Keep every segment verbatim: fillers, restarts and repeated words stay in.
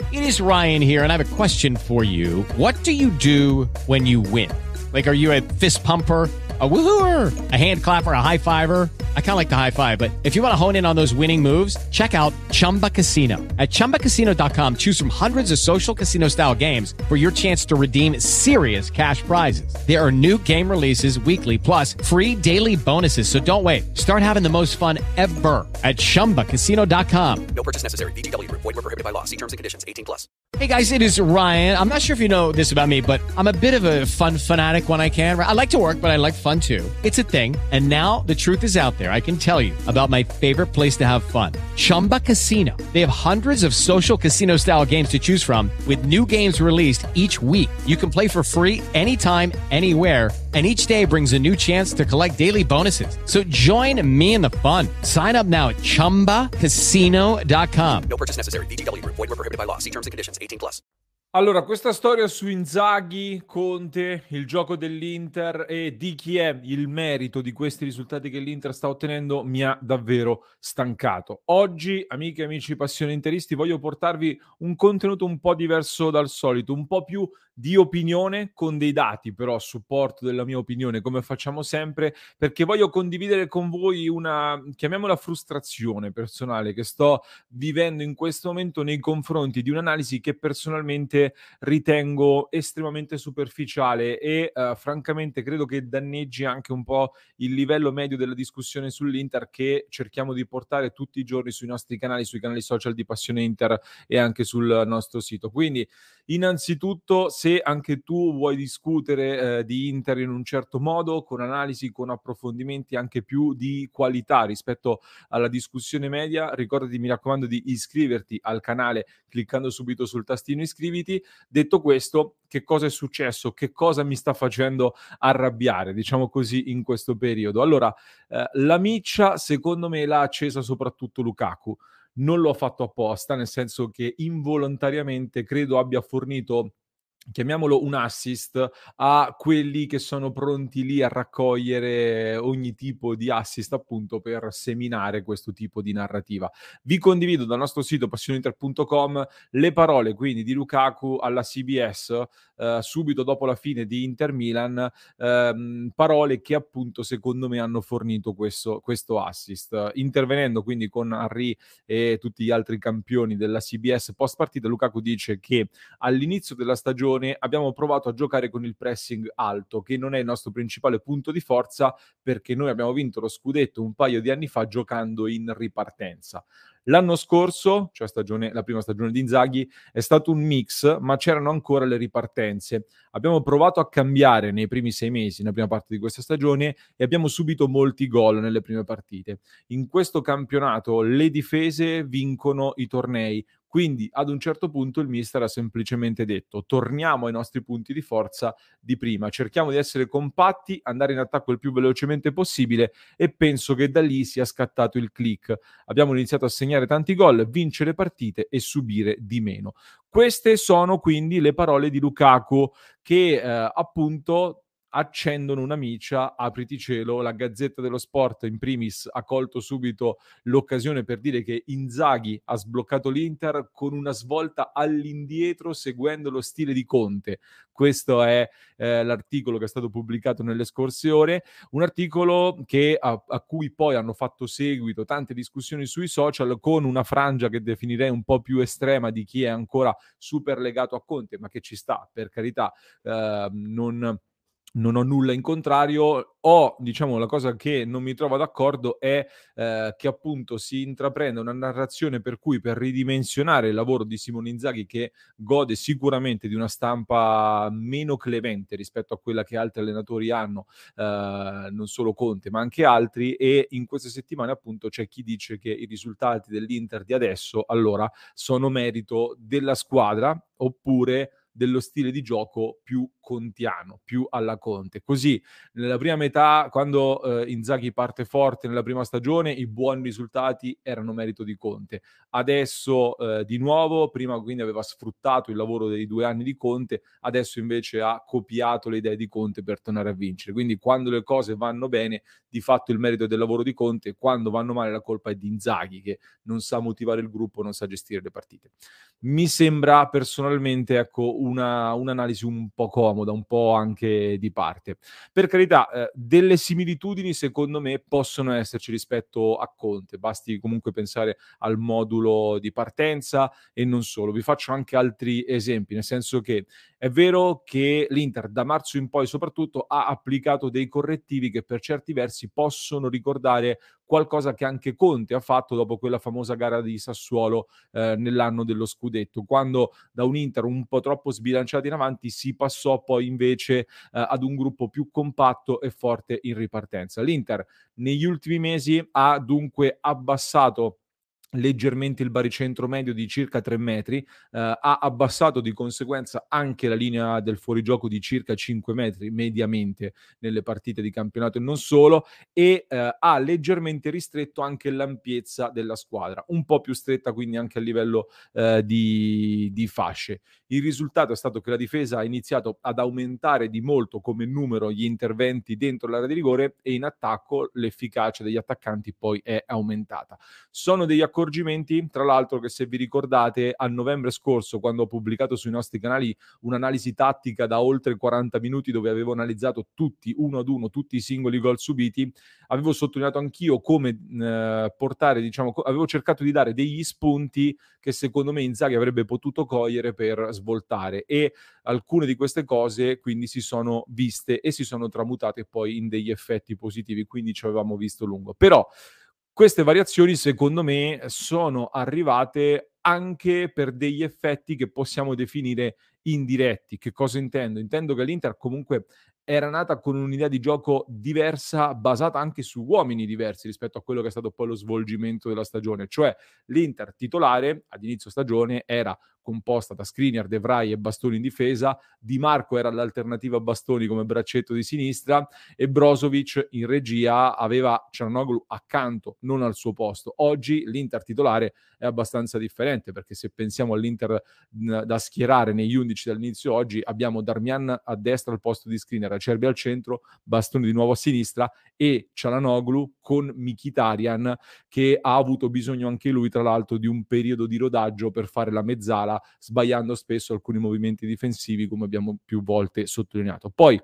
It is Ryan here, and I have a question for you. What do you do when you win? Like, are you a fist pumper, a woohooer, a hand clapper, a high fiver? I kind of like the high five, but if you want to hone in on those winning moves, check out Chumba Casino. At chumba casino dot com, choose from hundreds of social casino style games for your chance to redeem serious cash prizes. There are new game releases weekly, plus free daily bonuses. So don't wait. Start having the most fun ever at chumba casino dot com. No purchase necessary. V G W Group. Void where prohibited by law. See terms and conditions. eighteen plus. Hey guys, it is Ryan. I'm not sure if you know this about me, but I'm a bit of a fun fanatic when I can. I like to work, but I like fun too. It's a thing. And now the truth is out there. I can tell you about my favorite place to have fun. Chumba Casino. They have hundreds of social casino style games to choose from with new games released each week. You can play for free anytime, anywhere. And each day brings a new chance to collect daily bonuses. So join me in the fun. Sign up now at chumba casino dot com. No purchase necessary. V G W Group. Void where prohibited by law. See terms and conditions. eighteen plus. Allora, questa storia su Inzaghi, Conte, il gioco dell'Inter e di chi è il merito di questi risultati che l'Inter sta ottenendo mi ha davvero stancato. Oggi, amiche e amici passioni interisti, voglio portarvi un contenuto un po' diverso dal solito, un po' più di opinione con dei dati però a supporto della mia opinione, come facciamo sempre, perché voglio condividere con voi una, chiamiamola frustrazione personale che sto vivendo in questo momento nei confronti di un'analisi che personalmente ritengo estremamente superficiale e uh, francamente credo che danneggi anche un po' il livello medio della discussione sull'Inter che cerchiamo di portare tutti i giorni sui nostri canali, sui canali social di Passione Inter e anche sul nostro sito. Quindi innanzitutto, se anche tu vuoi discutere eh, di Inter in un certo modo, con analisi, con approfondimenti anche più di qualità rispetto alla discussione media, ricordati, mi raccomando, di iscriverti al canale cliccando subito sul tastino iscriviti. Detto questo, che cosa è successo? Che cosa mi sta facendo arrabbiare, diciamo così, in questo periodo? Allora, eh, la miccia, secondo me, l'ha accesa soprattutto Lukaku. Non l'ho fatto apposta, nel senso che involontariamente credo abbia fornito, chiamiamolo un assist, a quelli che sono pronti lì a raccogliere ogni tipo di assist appunto per seminare questo tipo di narrativa. Vi condivido dal nostro sito passioninter punto com le parole quindi di Lukaku alla C B S eh, subito dopo la fine di Inter Milan, ehm, parole che appunto secondo me hanno fornito questo, questo assist. Intervenendo quindi con Henry e tutti gli altri campioni della C B S post partita, Lukaku dice che all'inizio della stagione abbiamo provato a giocare con il pressing alto, che non è il nostro principale punto di forza perché noi abbiamo vinto lo scudetto un paio di anni fa giocando in ripartenza. L'anno scorso, cioè stagione, la prima stagione di Inzaghi, è stato un mix, ma c'erano ancora le ripartenze. Abbiamo provato a cambiare nei primi sei mesi, nella prima parte di questa stagione, e abbiamo subito molti gol nelle prime partite. In questo campionato le difese vincono i tornei, quindi ad un certo punto il mister ha semplicemente detto: torniamo ai nostri punti di forza di prima, cerchiamo di essere compatti, andare in attacco il più velocemente possibile, e penso che da lì sia scattato il click. Abbiamo iniziato a segnare tanti gol, vincere partite e subire di meno. Queste sono quindi le parole di Lukaku che eh, appunto accendono una miccia, apriti cielo. La Gazzetta dello Sport in primis ha colto subito l'occasione per dire che Inzaghi ha sbloccato l'Inter con una svolta all'indietro seguendo lo stile di Conte. Questo è eh, l'articolo che è stato pubblicato nelle scorse ore, un articolo che, a, a cui poi hanno fatto seguito tante discussioni sui social, con una frangia che definirei un po' più estrema di chi è ancora super legato a Conte, ma che ci sta, per carità, eh, non... non ho nulla in contrario. Ho, diciamo, la cosa che non mi trovo d'accordo è eh, che appunto si intraprende una narrazione per cui, per ridimensionare il lavoro di Simone Inzaghi, che gode sicuramente di una stampa meno clemente rispetto a quella che altri allenatori hanno, eh, non solo Conte ma anche altri, e in queste settimane appunto c'è chi dice che i risultati dell'Inter di adesso allora sono merito della squadra oppure dello stile di gioco più contiano, più alla Conte. Così nella prima metà, quando eh, Inzaghi parte forte nella prima stagione, i buoni risultati erano merito di Conte. Adesso eh, di nuovo, prima quindi aveva sfruttato il lavoro dei due anni di Conte, adesso invece ha copiato le idee di Conte per tornare a vincere. Quindi quando le cose vanno bene, di fatto il merito è del lavoro di Conte, quando vanno male la colpa è di Inzaghi, che non sa motivare il gruppo, non sa gestire le partite. Mi sembra personalmente, ecco, una, un'analisi un po' comoda, un po' anche di parte. Per carità, eh, delle similitudini secondo me possono esserci rispetto a Conte, basti comunque pensare al modulo di partenza e non solo. Vi faccio anche altri esempi, nel senso che è vero che l'Inter da marzo in poi soprattutto ha applicato dei correttivi che per certi versi possono ricordare qualcosa che anche Conte ha fatto dopo quella famosa gara di Sassuolo eh, nell'anno dello scudetto, quando da un Inter un po' troppo sbilanciato in avanti si passò poi invece eh, ad un gruppo più compatto e forte in ripartenza. L'Inter negli ultimi mesi ha dunque abbassato leggermente il baricentro medio di circa tre metri, eh, ha abbassato di conseguenza anche la linea del fuorigioco di circa cinque metri mediamente nelle partite di campionato e non solo, e eh, ha leggermente ristretto anche l'ampiezza della squadra, un po' più stretta quindi anche a livello eh, di, di fasce. Il risultato è stato che la difesa ha iniziato ad aumentare di molto come numero gli interventi dentro l'area di rigore e in attacco l'efficacia degli attaccanti poi è aumentata. Sono degli accorgimenti, tra l'altro, che se vi ricordate a novembre scorso, quando ho pubblicato sui nostri canali un'analisi tattica da oltre quaranta minuti dove avevo analizzato tutti, uno ad uno, tutti i singoli gol subiti, avevo sottolineato anch'io come eh, portare, diciamo, avevo cercato di dare degli spunti che secondo me Inzaghi avrebbe potuto cogliere per svoltare, e alcune di queste cose quindi si sono viste e si sono tramutate poi in degli effetti positivi, quindi ci avevamo visto lungo. Però queste variazioni secondo me sono arrivate anche per degli effetti che possiamo definire indiretti. Che cosa intendo? Intendo che l'Inter comunque era nata con un'idea di gioco diversa, basata anche su uomini diversi rispetto a quello che è stato poi lo svolgimento della stagione. Cioè l'Inter titolare ad inizio stagione era composta da Skriniar, De Vrij e Bastoni in difesa, Di Marco era l'alternativa a Bastoni come braccetto di sinistra e Brozovic in regia aveva Çalhanoğlu accanto, non al suo posto. Oggi l'Inter titolare è abbastanza differente, perché se pensiamo all'Inter da schierare negli undici dall'inizio oggi, abbiamo Darmian a destra al posto di Skriniar, Acerbi al centro, Bastoni di nuovo a sinistra e Çalhanoğlu con Mkhitaryan, che ha avuto bisogno anche lui tra l'altro di un periodo di rodaggio per fare la mezzala, sbagliando spesso alcuni movimenti difensivi, come abbiamo più volte sottolineato. Poi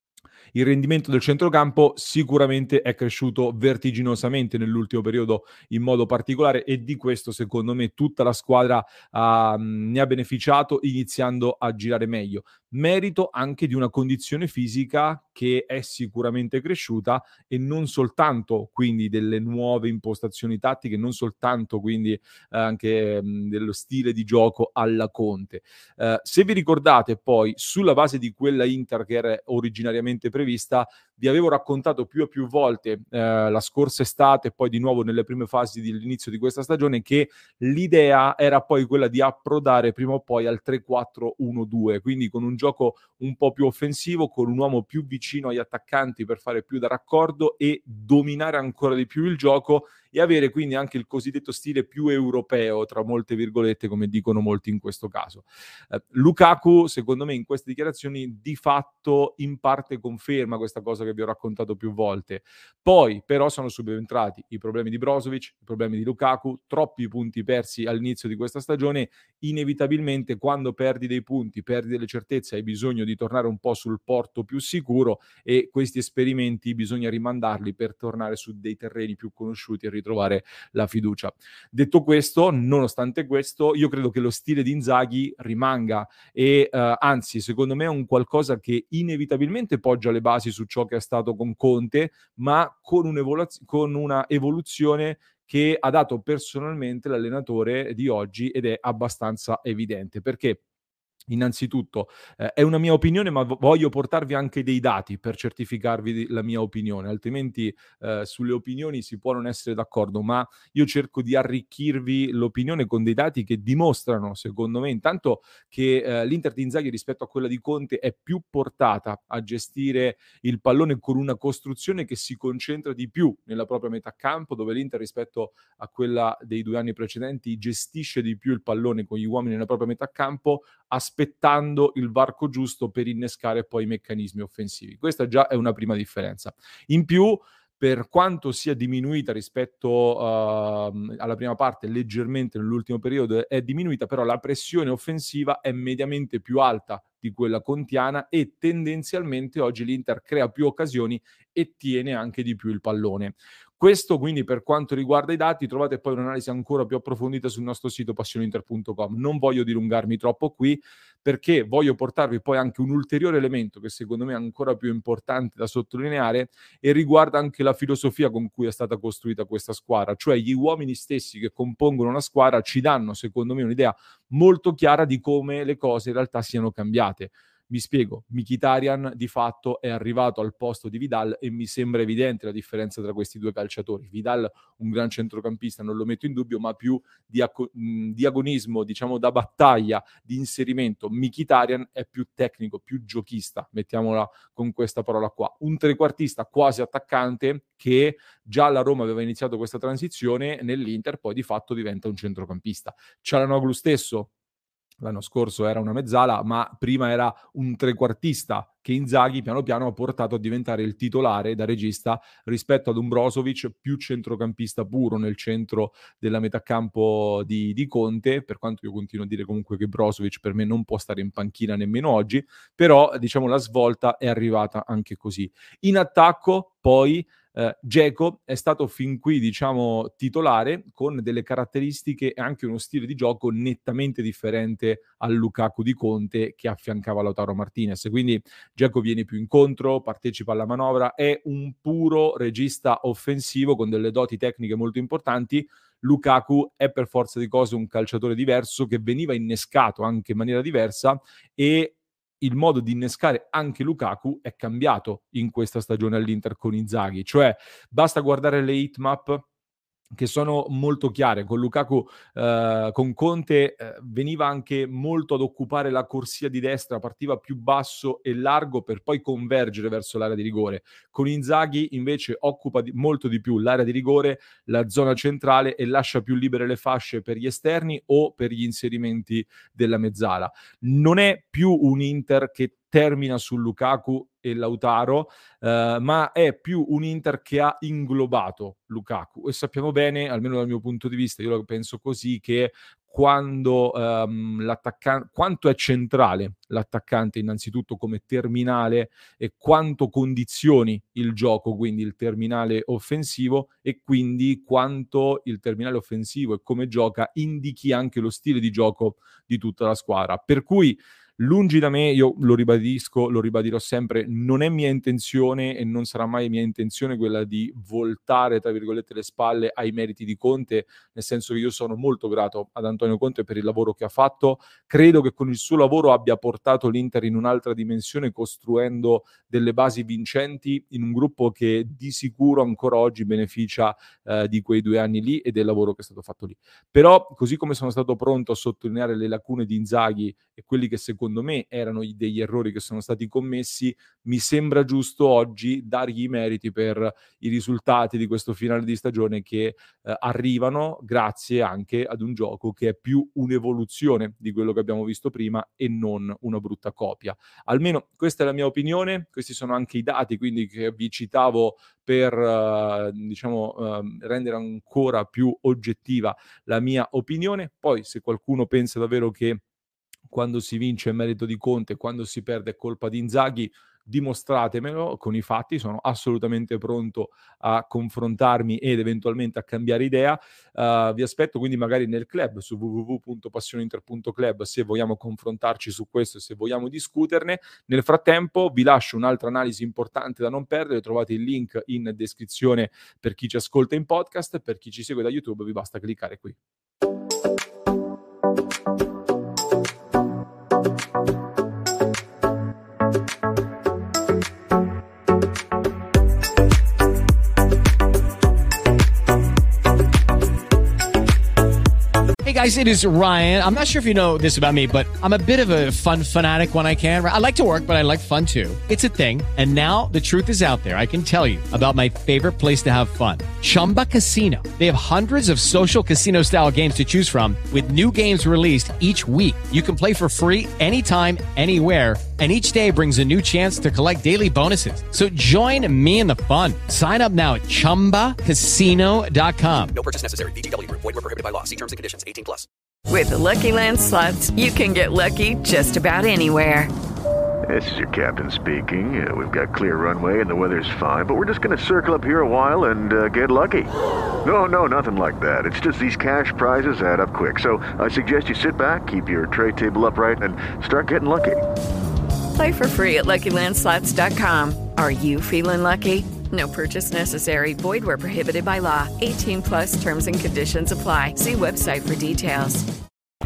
il rendimento del centrocampo sicuramente è cresciuto vertiginosamente nell'ultimo periodo in modo particolare, e di questo secondo me tutta la squadra uh, ne ha beneficiato, iniziando a girare meglio. Merito anche di una condizione fisica che è sicuramente cresciuta, e non soltanto quindi delle nuove impostazioni tattiche, non soltanto quindi eh, anche mh, dello stile di gioco alla Conte. Eh, se vi ricordate poi, sulla base di quella Inter che era originariamente prevista, vi avevo raccontato più e più volte eh, la scorsa estate e poi di nuovo nelle prime fasi dell'inizio di questa stagione, che l'idea era poi quella di approdare prima o poi al tre quattro uno due, quindi con un gioco un po' più offensivo, con un uomo più vicino agli attaccanti per fare più da raccordo e dominare ancora di più il gioco, e avere quindi anche il cosiddetto stile più europeo, tra molte virgolette, come dicono molti in questo caso. Eh, Lukaku, secondo me, in queste dichiarazioni di fatto in parte conferma questa cosa che vi ho raccontato più volte. Poi però sono subentrati i problemi di Brozovic, i problemi di Lukaku, troppi punti persi all'inizio di questa stagione. Inevitabilmente quando perdi dei punti, perdi delle certezze, hai bisogno di tornare un po' sul porto più sicuro, e questi esperimenti bisogna rimandarli per tornare su dei terreni più conosciuti e ritrovare la fiducia. Detto questo, nonostante questo, io credo che lo stile di Inzaghi rimanga, e eh, anzi secondo me è un qualcosa che inevitabilmente poggia le basi su ciò che è stato con Conte, ma con, un'evoluz- con una evoluzione che ha dato personalmente l'allenatore di oggi, ed è abbastanza evidente, perché Innanzitutto, eh, è una mia opinione, ma v- voglio portarvi anche dei dati per certificarvi di- la mia opinione, altrimenti eh, sulle opinioni si può non essere d'accordo, ma io cerco di arricchirvi l'opinione con dei dati che dimostrano, secondo me, intanto che eh, l'Inter di Inzaghi rispetto a quella di Conte è più portata a gestire il pallone con una costruzione che si concentra di più nella propria metà campo, dove l'Inter rispetto a quella dei due anni precedenti gestisce di più il pallone con gli uomini nella propria metà campo, aspettando il varco giusto per innescare poi i meccanismi offensivi. Questa già è una prima differenza. In più, per quanto sia diminuita rispetto uh, alla prima parte, leggermente nell'ultimo periodo è diminuita, però la pressione offensiva è mediamente più alta di quella contiana e tendenzialmente oggi l'Inter crea più occasioni e tiene anche di più il pallone. Questo quindi per quanto riguarda i dati, trovate poi un'analisi ancora più approfondita sul nostro sito passioninter punto com. Non voglio dilungarmi troppo qui perché voglio portarvi poi anche un ulteriore elemento che secondo me è ancora più importante da sottolineare e riguarda anche la filosofia con cui è stata costruita questa squadra, cioè gli uomini stessi che compongono la squadra ci danno secondo me un'idea molto chiara di come le cose in realtà siano cambiate. Mi spiego, Mkhitaryan di fatto è arrivato al posto di Vidal e mi sembra evidente la differenza tra questi due calciatori. Vidal, un gran centrocampista, non lo metto in dubbio, ma più di, aco- mh, di agonismo, diciamo da battaglia, di inserimento. Mkhitaryan è più tecnico, più giochista, mettiamola con questa parola qua. Un trequartista quasi attaccante che già la Roma aveva iniziato questa transizione, nell'Inter poi di fatto diventa un centrocampista. Çalhanoğlu stesso, l'anno scorso era una mezzala, ma prima era un trequartista che Inzaghi piano piano ha portato a diventare il titolare da regista rispetto ad un Brozovic più centrocampista puro nel centro della metà campo di, di Conte, per quanto io continuo a dire comunque che Brozovic per me non può stare in panchina nemmeno oggi, però diciamo la svolta è arrivata anche così. In attacco poi Uh, Dzeko è stato fin qui, diciamo, titolare con delle caratteristiche e anche uno stile di gioco nettamente differente al Lukaku di Conte che affiancava Lautaro Martinez. Quindi Dzeko viene più incontro, partecipa alla manovra, è un puro regista offensivo con delle doti tecniche molto importanti. Lukaku è per forza di cose un calciatore diverso che veniva innescato anche in maniera diversa e il modo di innescare anche Lukaku è cambiato in questa stagione all'Inter con Inzaghi, cioè basta guardare le heatmap che sono molto chiare. Con Lukaku, eh, con Conte eh, veniva anche molto ad occupare la corsia di destra, partiva più basso e largo per poi convergere verso l'area di rigore. Con Inzaghi invece occupa di, molto di più l'area di rigore, la zona centrale e lascia più libere le fasce per gli esterni o per gli inserimenti della mezzala. Non è più un Inter che termina su Lukaku e Lautaro, eh, ma è più un Inter che ha inglobato Lukaku e sappiamo bene, almeno dal mio punto di vista, io la penso così, che quando um, l'attaccante, quanto è centrale l'attaccante innanzitutto come terminale e quanto condizioni il gioco, quindi il terminale offensivo, e quindi quanto il terminale offensivo e come gioca indichi anche lo stile di gioco di tutta la squadra. Per cui lungi da me, io lo ribadisco, lo ribadirò sempre, non è mia intenzione e non sarà mai mia intenzione quella di voltare, tra virgolette, le spalle ai meriti di Conte, nel senso che io sono molto grato ad Antonio Conte per il lavoro che ha fatto. Credo che con il suo lavoro abbia portato l'Inter in un'altra dimensione, costruendo delle basi vincenti in un gruppo che di sicuro ancora oggi beneficia eh, di quei due anni lì e del lavoro che è stato fatto lì. Però, così come sono stato pronto a sottolineare le lacune di Inzaghi e quelli che secondo me erano degli errori che sono stati commessi, mi sembra giusto oggi dargli i meriti per i risultati di questo finale di stagione che eh, arrivano grazie anche ad un gioco che è più un'evoluzione di quello che abbiamo visto prima e non una brutta copia. Almeno questa è la mia opinione, questi sono anche i dati quindi che vi citavo per uh, diciamo uh, rendere ancora più oggettiva la mia opinione. Poi se qualcuno pensa davvero che quando si vince è merito di Conte, quando si perde è colpa di Inzaghi, dimostratemelo con i fatti, sono assolutamente pronto a confrontarmi ed eventualmente a cambiare idea. Uh, vi aspetto quindi magari nel club su w w w punto passioninter punto club se vogliamo confrontarci su questo e se vogliamo discuterne. Nel frattempo vi lascio un'altra analisi importante da non perdere, trovate il link in descrizione per chi ci ascolta in podcast, per chi ci segue da YouTube vi basta cliccare qui. guys, it is Ryan. I'm not sure if you know this about me, but I'm a bit of a fun fanatic when I can. I like to work, but I like fun too. It's a thing. And now the truth is out there. I can tell you about my favorite place to have fun. Chumba Casino. They have hundreds of social casino style games to choose from with new games released each week. You can play for free anytime, anywhere. And each day brings a new chance to collect daily bonuses. So join me in the fun. Sign up now at chumba casino dot com. No purchase necessary. V G W Group. Void where prohibited by law. See terms and conditions. eighteen plus. With the Lucky Land Slots, you can get lucky just about anywhere. This is your captain speaking. Uh, we've got clear runway and the weather's fine, but we're just going to circle up here a while and uh, get lucky. No, no, nothing like that. It's just these cash prizes add up quick. So I suggest you sit back, keep your tray table upright, and start getting lucky. Play for free at Lucky Land Slots dot com. Are you feeling lucky? No purchase necessary. Void where prohibited by law. eighteen plus terms and conditions apply. See website for details.